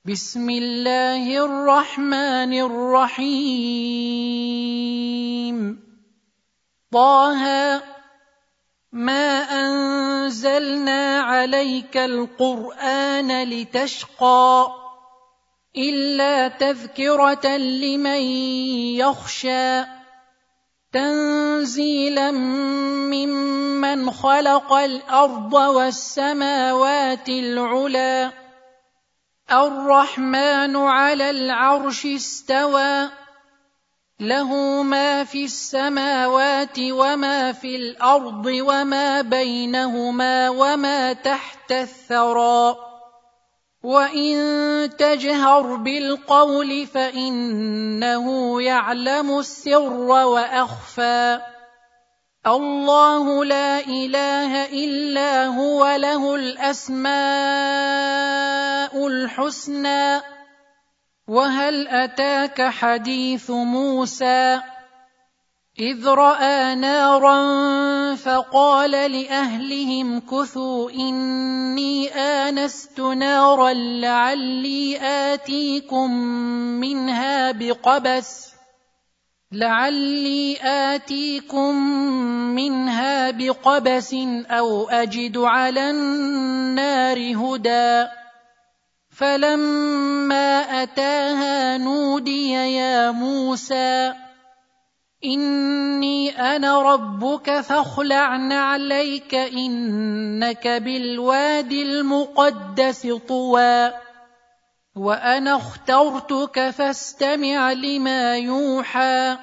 بسم الله الرحمن الرحيم. طه ما أنزلنا عليك القرآن لتشقى إلا تذكرة لمن يخشى تنزيلا ممن خلق الأرض والسماوات العلى الرحمن على العرش استوى له ما في السماوات وما في الأرض وما بينهما وما تحت الثرى وإن تجهر بالقول فإنه يعلم السر وأخفى الله لا إله إلا هو له الأسماء الحسنى وهل أتاك حديث موسى إذ رأى نارا فقال لأهلهم كثوا إني آنست نارا لعلي آتيكم منها بقبس أو أجد على النار هدى فلما أتاها نودي يا موسى إني أنا ربك فاخلع نعليك إنك بالوادي المقدس طوى وأنا اخترتك فاستمع لما يوحى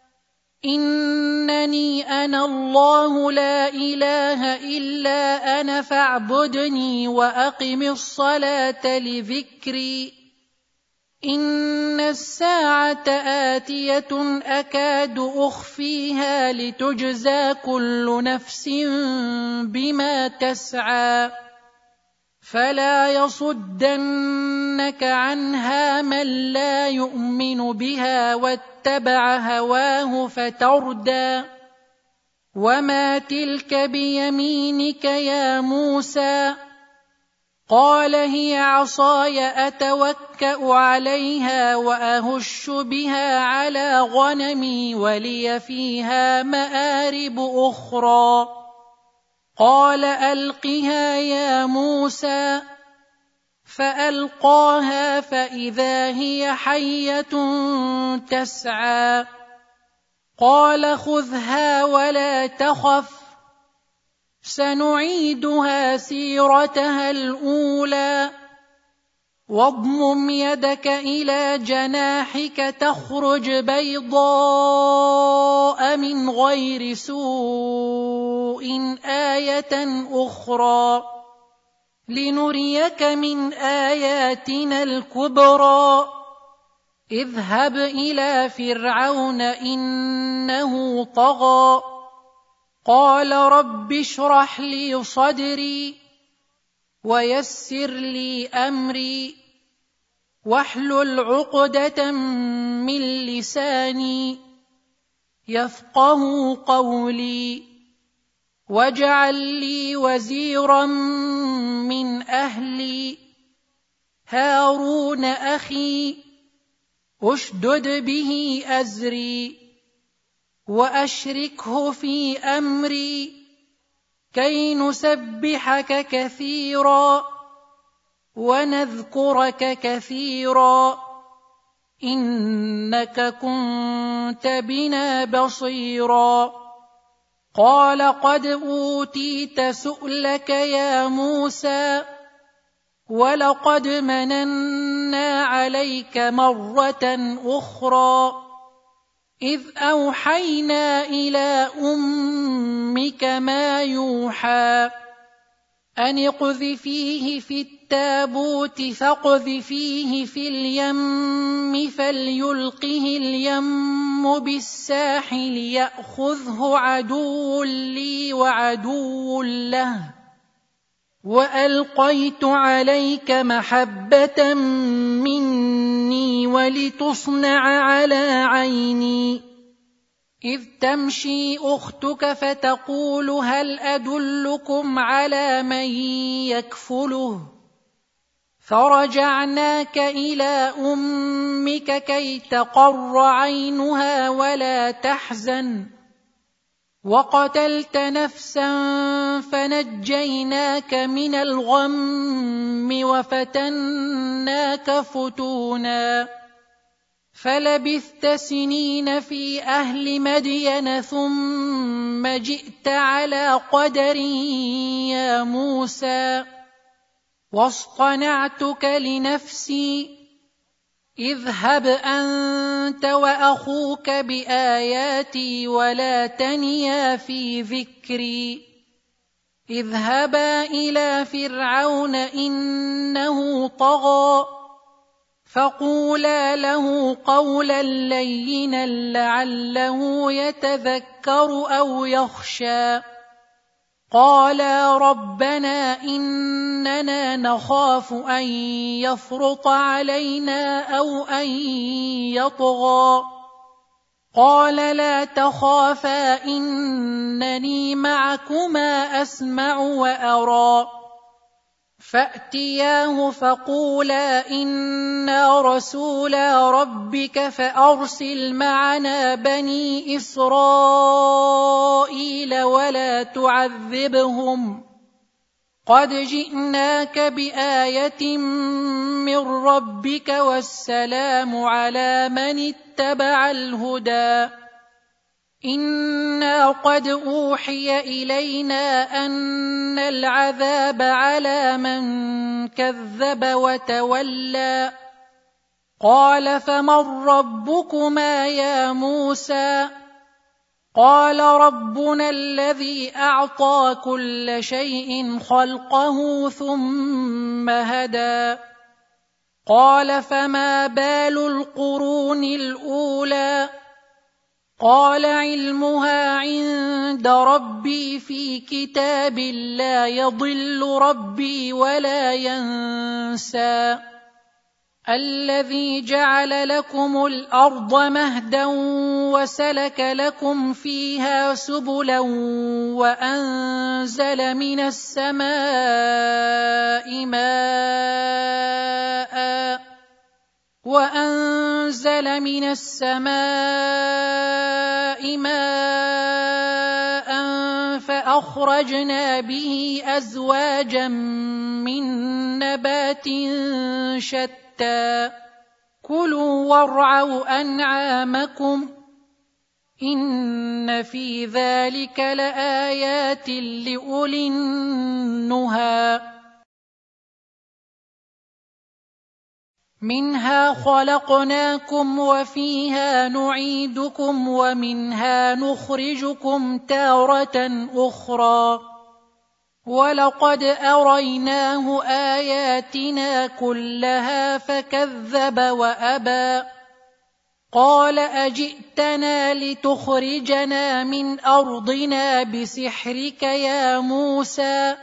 إنني أنا الله لا إله إلا أنا فاعبدني وأقم الصلاة لذكري إن الساعة آتية أكاد أخفيها لتجزى كل نفس بما تسعى فلا يصدنك عنها من لا يؤمن بها واتبع هواه فتردى وما تلك بيمينك يا موسى قال هي عصاي أتوكأ عليها وأهش بها على غنمي ولي فيها مآرب أخرى قال ألقها يا موسى فألقاها فإذا هي حية تسعى قال خذها ولا تخف سنعيدها سيرتها الأولى واضمم يدك إلى جناحك تخرج بيضاء من غير سوء آية أخرى لنريك من آياتنا الكبرى اذهب إلى فرعون إنه طغى قال رب اشرح لي صدري ويسر لي أمري واحلل عقدة من لساني يفقهوا قولي واجعل لي وزيرا من أهلي هارون أخي اشدد به أزري وأشركه في أمري كي نسبحك كثيرا ونذكرك كثيرا إنك كنت بنا بصيرا قال قد أوتيت سؤلك يا موسى ولقد مننا عليك مرة أخرى إذ أوحينا إلى أمك ما يوحى أن اقذفيه في التابوت فاقذفيه في اليم فليلقه اليم بالساحل يأخذه عدو لي وعدو له وألقيت عليك محبة مني ولتصنع على عيني إذ تمشي أختك فتقول هل أدلكم على من يكفله فرجعناك إلى أمك كي تقر عينها ولا تحزن وقتلت نفسا فنجيناك من الغم وفتناك فتونا فلبثت سنين في أهل مدين ثم جئت على قدر يا موسى واصطنعتك لنفسي اذهب أنت وأخوك بآياتي ولا تنيا في ذكري اذهبا إلى فرعون إنه طغى فقولا له قولا لينا لعله يتذكر أو يخشى قالا ربنا إننا نخاف أن يفرط علينا أو أن يطغى قال لا تخافا إنني معكما أسمع وأرى فأتياه فقولا إنا رسولا ربك فأرسل معنا بني إسرائيل ولا تعذبهم قد جئناك بآية من ربك والسلام على من اتبع الهدى إنا قد أوحي إلينا أن العذاب على من كذب وتولى قال فمن ربكما يا موسى قال ربنا الذي أعطى كل شيء خلقه ثم هدى قال فما بال القرون الأولى قال علمها عند ربي في كتاب لا يضل ربي ولا ينسى الذي جعل لكم الأرض مهدا وسلك لكم فيها سبلا وأنزل من السماء ماء فأخرجنا به أزواجا من نبات شتى كلوا وارعوا أنعامكم إن في ذلك لآيات لأولي النهى منها خلقناكم وفيها نعيدكم ومنها نخرجكم تارة أخرى ولقد أريناه آياتنا كلها فكذب وأبى قال أجئتنا لتخرجنا من أرضنا بسحرك يا موسى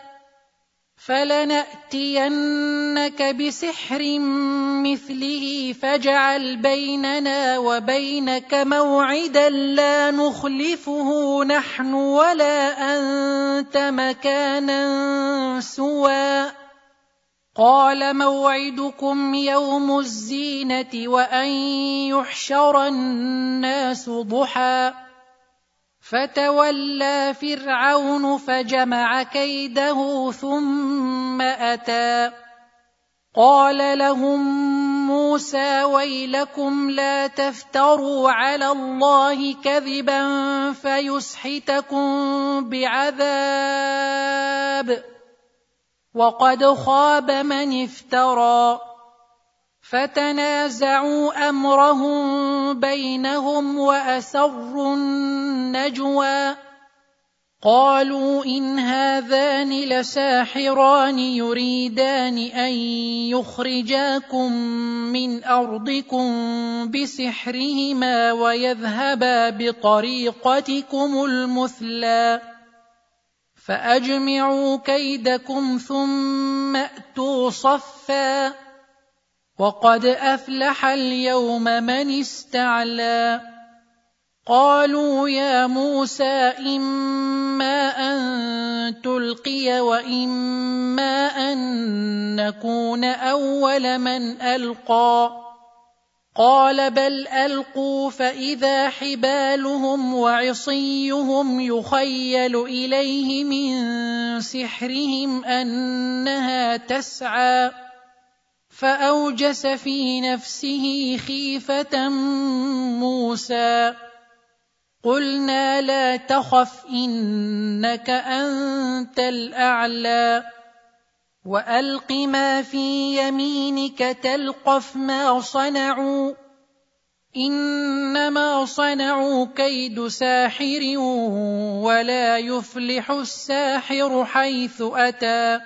فلنأتينك بسحر مثله فاجعل بيننا وبينك موعدا لا نخلفه نحن ولا أنت مكانا سوى قال موعدكم يوم الزينة وأن يحشر الناس ضحى فتولى فرعون فجمع كيده ثم أتى قال لهم موسى ويلكم لا تفتروا على الله كذبا فيسحتكم بعذاب وقد خاب من افترى فتنازعوا أمرهم بينهم وأسروا النجوى قالوا إن هذان لساحران يريدان أن يخرجاكم من أرضكم بسحرهما ويذهبا بطريقتكم المثلى فأجمعوا كيدكم ثم أتوا صفا وقد أفلح اليوم من استعلى قالوا يا موسى إما أن تلقي وإما أن نكون أول من ألقى قال بل ألقوا فإذا حبالهم وعصيهم يخيل إليه من سحرهم أنها تسعى فأوجس في نفسه خيفة موسى قلنا لا تخف إنك أنت الأعلى وألق ما في يمينك تلقف ما صنعوا إنما صنعوا كيد ساحر ولا يفلح الساحر حيث أتى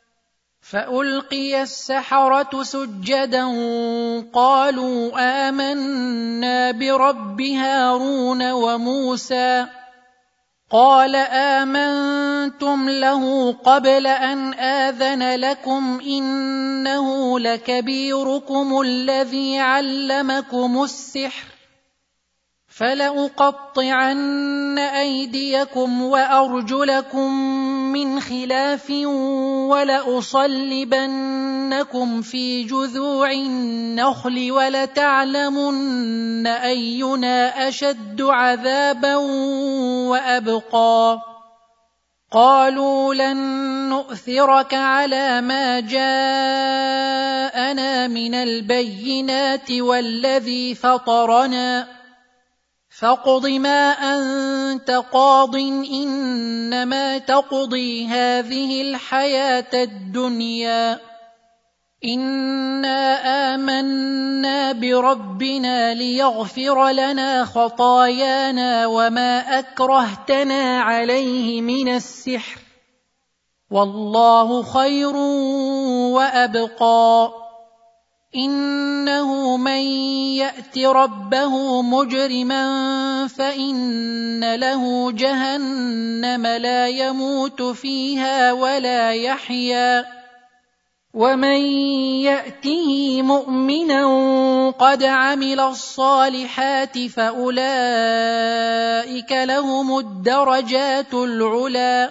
فألقي السحرة سجدا قالوا آمنا برب هارون وموسى قال آمنتم له قبل أن آذن لكم إنه لكبيركم الذي علمكم السحر فلأقطعن أيديكم وأرجلكم من خلاف ولأصلبنكم في جذوع النخل ولتعلمن أينا أشد عذابا وأبقى قالوا لن نؤثرك على ما جاءنا من البينات والذي فطرنا فاقض ما أنت قاض إنما تقضي هذه الحياة الدنيا إنا آمنا بربنا ليغفر لنا خطايانا وما أكرهتنا عليه من السحر والله خير وأبقى إنه من يأت ربه مجرما فإن له جهنم لا يموت فيها ولا يحيا ومن يأته مؤمنا قد عمل الصالحات فأولئك لهم الدرجات العلى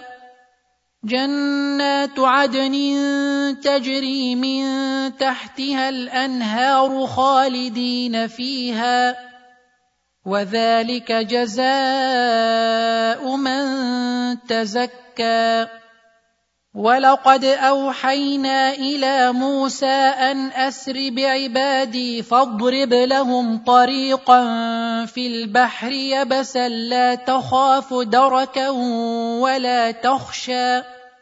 جنات عدن تجري من تحتها الأنهار خالدين فيها وذلك جزاء من تزكى ولقد أوحينا إلى موسى أن أسر بعبادي فاضرب لهم طريقا في البحر يبسا لا تخاف دركا ولا تخشى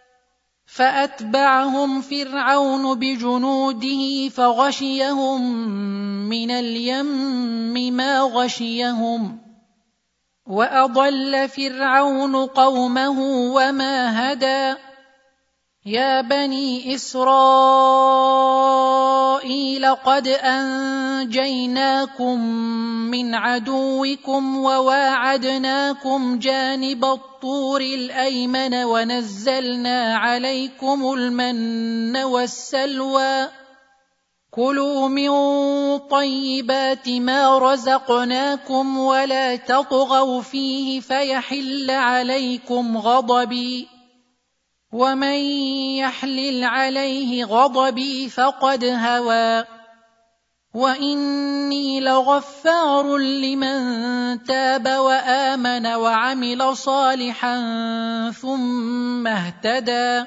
فأتبعهم فرعون بجنوده فغشيهم من اليم ما غشيهم وأضل فرعون قومه وما هدى يا بني إسرائيل قد أنجيناكم من عدوكم وواعدناكم جانب الطور الأيمن ونزلنا عليكم المن والسلوى كلوا من طيبات ما رزقناكم ولا تطغوا فيه فيحل عليكم غضبي ومن يحلل عليه غضبي فقد هوى وإني لغفار لمن تاب وآمن وعمل صالحا ثم اهتدى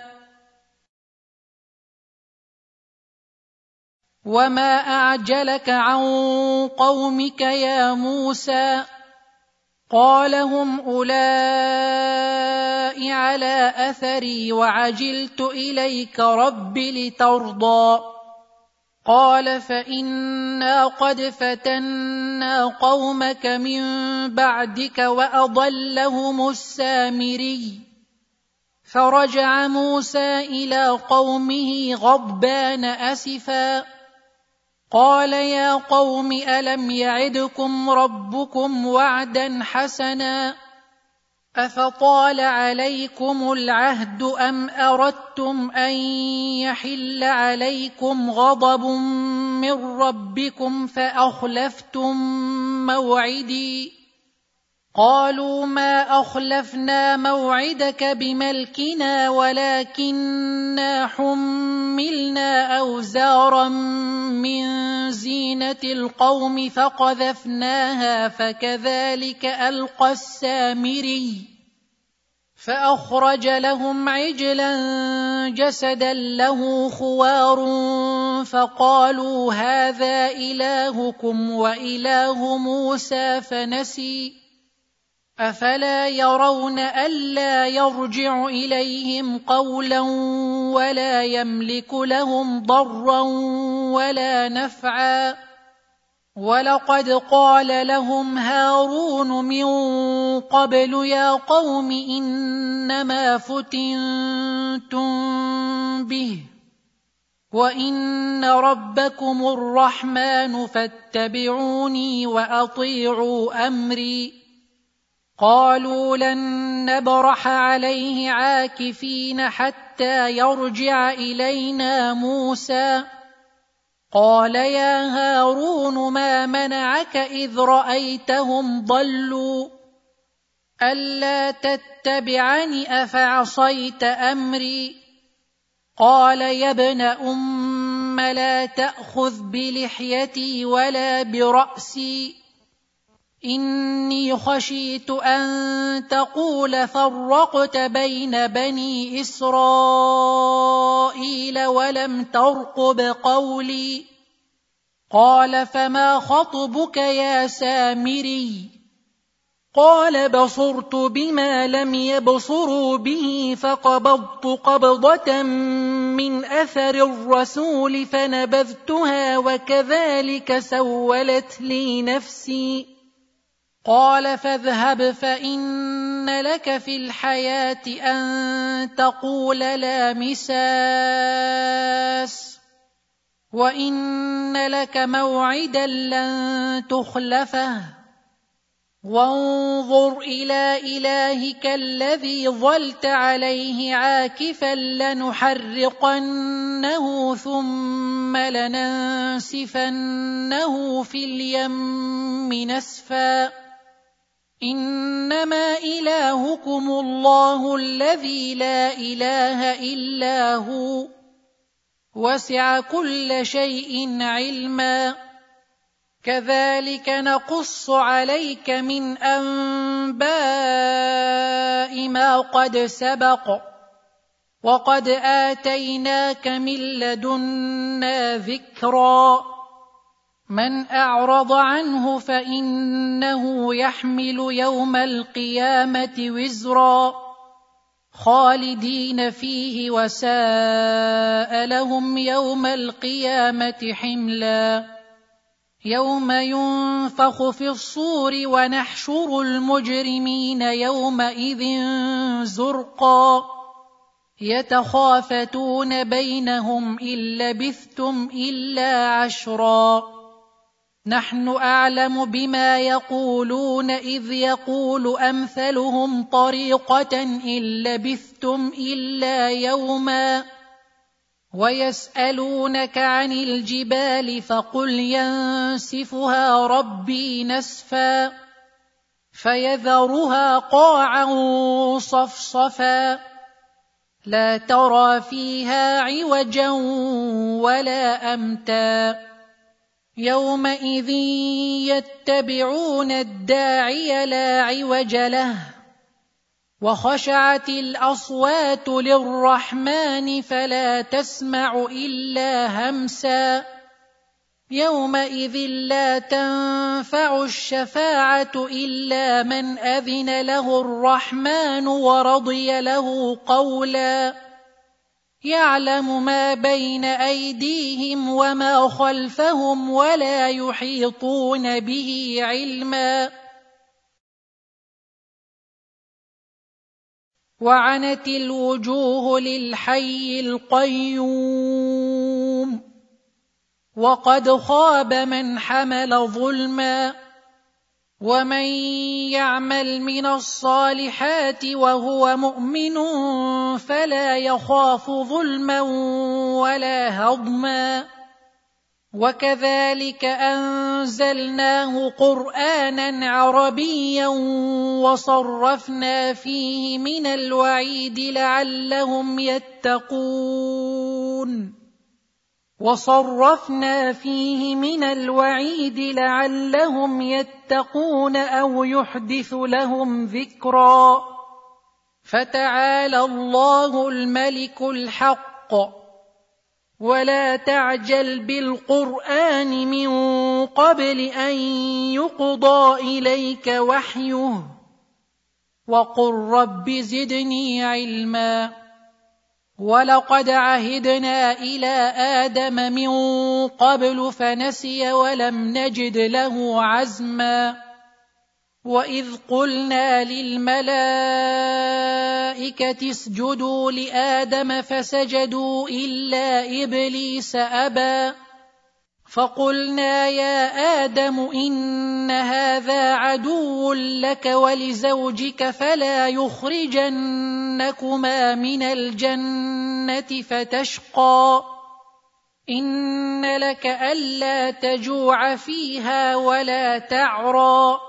وما أعجلك عن قومك يا موسى قال هم أولئك على أثري وعجلت إليك رب لترضى قال فإنا قد فتنا قومك من بعدك وأضلهم السامري فرجع موسى إلى قومه غضبان أسفا قال يا قوم ألم يعدكم ربكم وعدا حسنا أفطال عليكم العهد أم أردتم أن يحل عليكم غضب من ربكم فأخلفتم موعدي قالوا ما أخلفنا موعدك بملكنا ولكننا حملنا أوزارا من زينة القوم فقذفناها فكذلك ألقى السامري فأخرج لهم عجلا جسدا له خوار فقالوا هذا إلهكم وإله موسى فنسي أفلا يرون ألا يرجع إليهم قولا ولا يملك لهم ضرا ولا نفعا ولقد قال لهم هارون من قبل يا قوم إنما فتنتم به وإن ربكم الرحمن فاتبعوني وأطيعوا أمري قالوا لن نبرح عليه عاكفين حتى يرجع إلينا موسى قال يا هارون ما منعك إذ رأيتهم ضلوا ألا تتبعني أفعصيت أمري قال يا ابن أم لا تأخذ بلحيتي ولا برأسي إني خشيت أن تقول فرقت بين بني إسرائيل ولم ترقب قولي قال فما خطبك يا سامري قال بصرت بما لم يبصروا به فقبضت قبضة من أثر الرسول فنبذتها وكذلك سولت لي نفسي قال فاذهب فإن لك في الحياة أن تقول لا مساس وإن لك موعدا لن تخلفه وانظر إلى إلهك الذي ظلت عليه عاكفا لنحرقنه ثم لننسفنه في اليم نسفا إنما إلهكم الله الذي لا إله إلا هو وسع كل شيء علما كذلك نقص عليك من أنباء ما قد سبق وقد آتيناك من لدنا ذكرا من أعرض عنه فإنه يحمل يوم القيامة وزرا خالدين فيه وساء لهم يوم القيامة حملا يوم ينفخ في الصور ونحشر المجرمين يومئذ زرقا يتخافتون بينهم إن لبثتم إلا عشرا نحن أعلم بما يقولون إذ يقول أمثلهم طريقة إن لبثتم إلا يوما ويسألونك عن الجبال فقل ينسفها ربي نسفا فيذرها قاعا صفصفا لا ترى فيها عوجا ولا أمتا يومئذ يتبعون الداعي لا عوج له وخشعت الأصوات للرحمن فلا تسمع إلا همسا يومئذ لا تنفع الشفاعة إلا من أذن له الرحمن ورضي له قولا يعلم ما بين أيديهم وما خلفهم ولا يحيطون به علما وعنت الوجوه للحي القيوم وقد خاب من حمل ظلما ومن يعمل من الصالحات وهو مؤمن فلا يخاف ظلما ولا هضما وكذلك أنزلناه قرآنا عربيا وصرفنا فيه من الوعيد لعلهم يتقون أو يحدث لهم ذكرا. فتعالى الله الملك الحق، ولا تعجل بالقرآن من قبل أن يقضى إليك وحيه، وقل رب زدني علما. ولقد عهدنا إلى آدم من قبل فنسي ولم نجد له عزما. وإذ قلنا للملائكة اسجدوا لآدم فسجدوا إلا إبليس أبى، فقلنا يا آدم إن هذا عدو لك ولزوجك فلا يخرجنكما من الجنة فتشقى. إن لك ألا تجوع فيها ولا تعرى،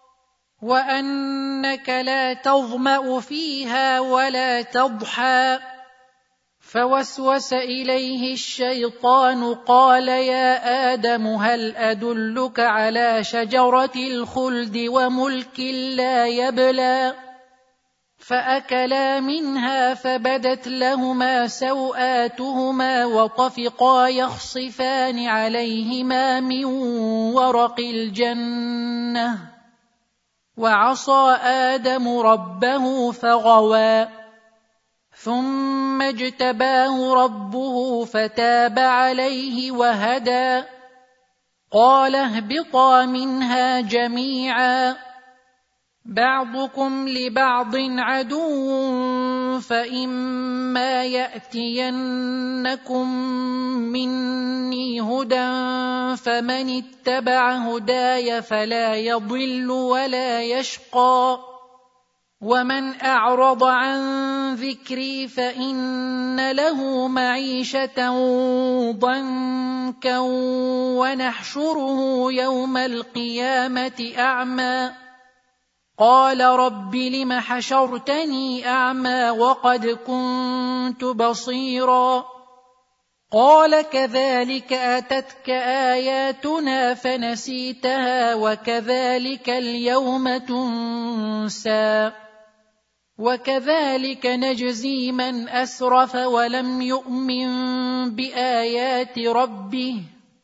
وأنك لا تظمأ فيها ولا تضحى. فوسوس إليه الشيطان قال يا آدم هل أدلك على شجرة الخلد وملك لا يبلى؟ فأكلا منها فبدت لهما سوآتهما وطفقا يخصفان عليهما من ورق الجنة، وعصى آدم ربه فغوى. ثم اجتباه ربه فتاب عليه وهدى. قال اهبطا منها جميعا، بعضكم لبعض عدو، فإما يأتينكم مني هدى فمن اتبع هداي فلا يضل ولا يشقى، ومن أعرض عن ذكري فإن له معيشة ضنكا ونحشره يوم القيامة أعمى. قال رب لم حشرتني أعمى وقد كنت بصيرا؟ قال كذلك أتتك آياتنا فنسيتها وكذلك اليوم تنسى. وكذلك نجزي من أسرف ولم يؤمن بآيات ربه،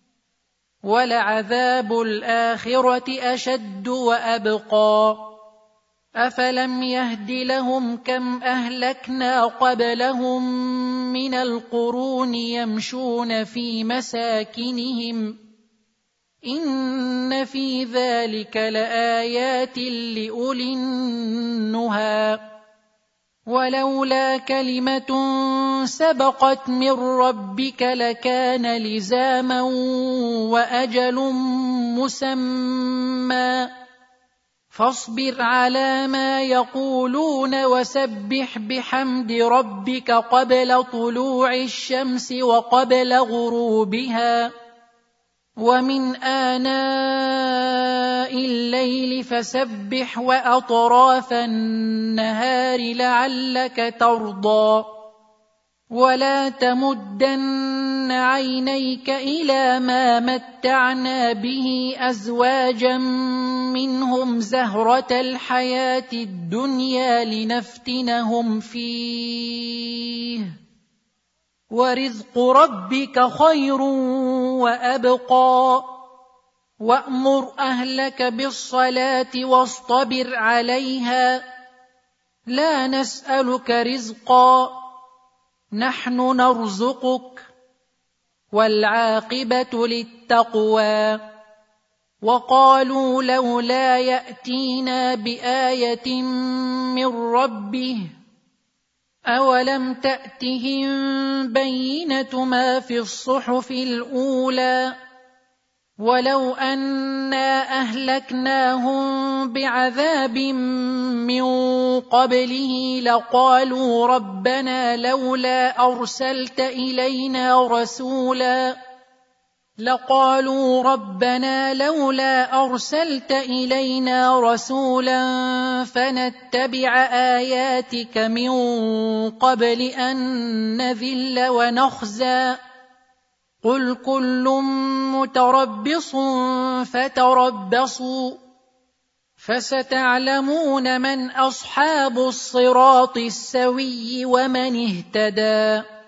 ولعذاب الآخرة أشد وأبقى. أفلم يهد لهم كم أهلكنا قبلهم من القرون يمشون في مساكنهم، إن في ذلك لآيات لأولي النهى. ولولا كلمة سبقت من ربك لكان لزاما وأجل مسمى. فاصبر على ما يقولون وسبح بحمد ربك قبل طلوع الشمس وقبل غروبها، ومن آناء الليل فسبح وأطراف النهار لعلك ترضى. ولا تمدن عينيك إلى ما متعنا به أزواجا منهم زهرة الحياة الدنيا لنفتنهم فيه، ورزق ربك خير وأبقى. وأمر أهلك بالصلاة واصطبر عليها، لا نسألك رزقا نحن نرزقك، والعاقبة للتقوى. وقالوا لولا يأتينا بآية من ربه، أولم تأتهم بينة ما في الصحف الأولى؟ ولو أنا أهلكناهم بعذاب من قبله لقالوا ربنا لولا أرسلت إلينا رسولا لقالوا ربنا لولا أرسلت إلينا رسولا فنتبع آياتك من قبل أن نذل ونخزى قل كل متربص فتربصوا فستعلمون من أصحاب الصراط السوي ومن اهتدى.